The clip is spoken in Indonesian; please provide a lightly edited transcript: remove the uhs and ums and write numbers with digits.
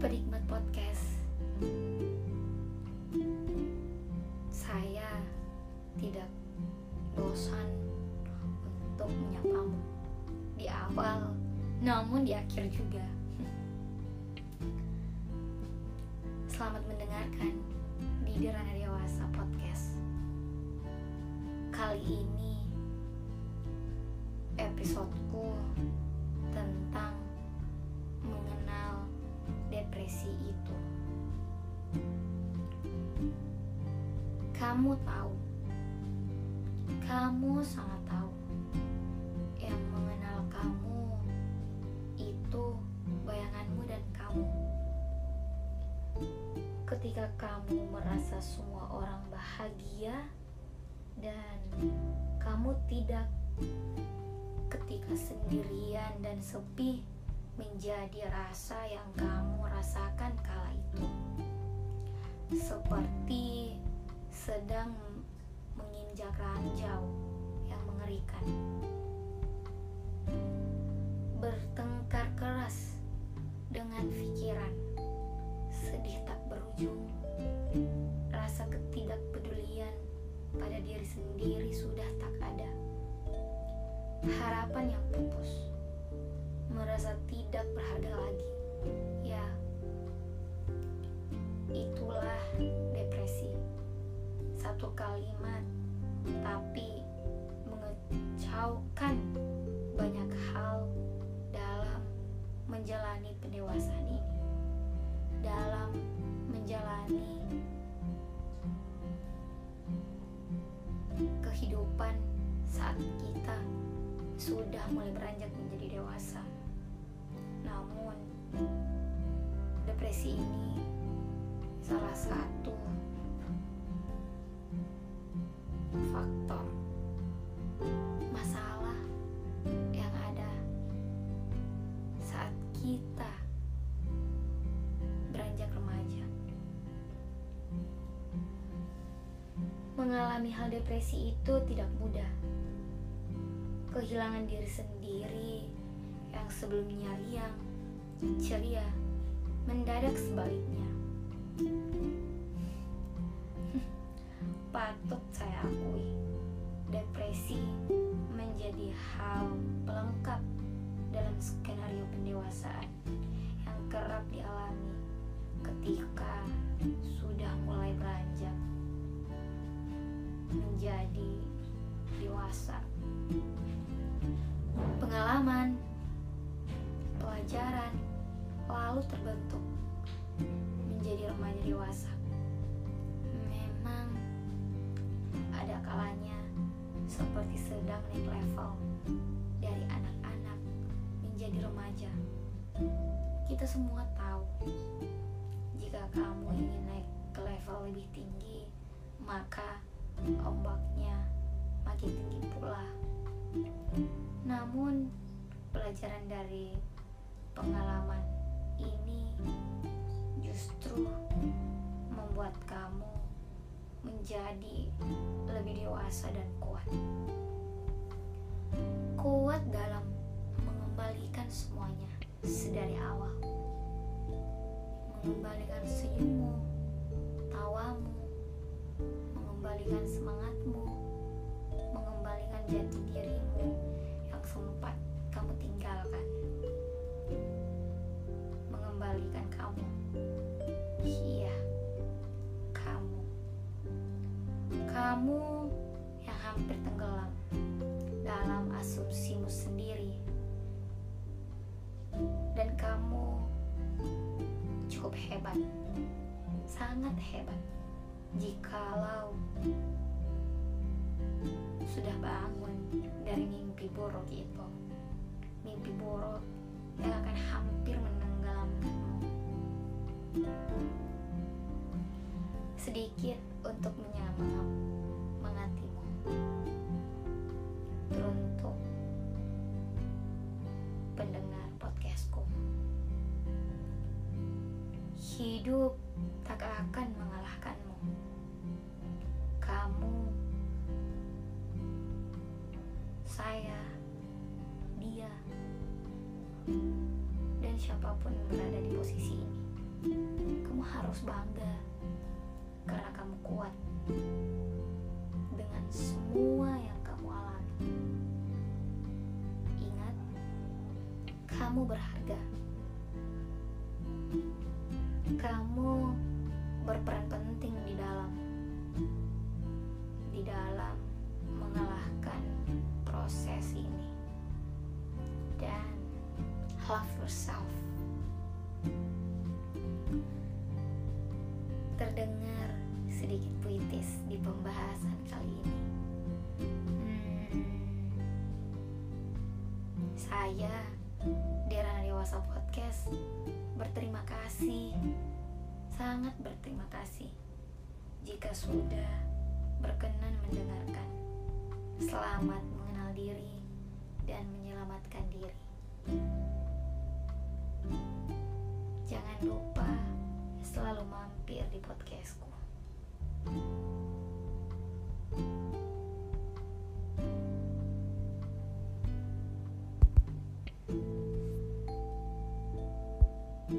Penikmat podcast, saya tidak bosan untuk menyapamu di awal, namun di akhir juga. Selamat mendengarkan di Derana Dewasa Podcast. Kali ini episodeku tentang mengenal depresi itu. Kamu tahu, kamu sangat tahu, yang mengenal kamu itu bayanganmu dan kamu. Ketika kamu merasa semua orang bahagia dan kamu tidak, ketika sendirian dan sepi menjadi rasa yang kamu rasakan kala itu, seperti sedang menginjak ranjau yang mengerikan, bertengkar keras dengan pikiran, sedih tak berujung, rasa ketidakpedulian pada diri sendiri sudah tak ada, harapan yang pupus, merasa tidak berharga lagi. Ya, itulah depresi. Satu kalimat tapi mengecaukan banyak hal dalam menjalani pendewasaan ini, dalam menjalani kehidupan saat kita sudah mulai beranjak menjadi dewasa. Namun depresi ini salah satu faktor masalah yang ada saat kita beranjak remaja. Mengalami hal depresi itu tidak mudah. Kehilangan diri sendiri yang sebelumnya riang, ceria, mendadak sebaliknya. Patut saya akui, depresi menjadi hal pelengkap dalam skenario pendewasaan yang kerap dialami ketika sudah mulai beranjak menjadi dewasa. Pengalaman, pelajaran, lalu terbentuk menjadi remaja dewasa. Memang ada kalanya seperti sedang naik level dari anak-anak menjadi remaja. Kita semua tahu, jika kamu ingin naik ke level lebih tinggi, maka ombaknya makin tinggi pula. Namun pelajaran dari pengalaman ini justru membuat kamu menjadi lebih dewasa dan kuat. Kuat dalam mengembalikan semuanya sedari awal. Mengembalikan senyummu, tawamu, mengembalikan semangatmu, mengembalikan jati dirimu yang sempat kamu tinggalkan, mengembalikan kamu. Iya, kamu yang hampir tenggelam dalam asumsimu sendiri, dan kamu cukup hebat, sangat hebat jikalau sudah bangun dari mimpi buruk itu, mimpi buruk yang akan hampir menenggelamkanmu. Sedikit untuk menyemangatimu, teruntuk pendengar podcastku. Hidup tak akan mengalahkanmu. Kamu, saya, dia, dan siapapun yang berada di posisi ini berperan penting di dalam mengalahkan proses ini. Dan love yourself. Terdengar sedikit puitis di pembahasan kali ini. Saya Derana Dewasa Podcast berterima kasih, sangat berterima kasih jika sudah berkenan mendengarkan. Selamat mengenal diri dan menyelamatkan diri. Jangan lupa selalu mampir di podcastku.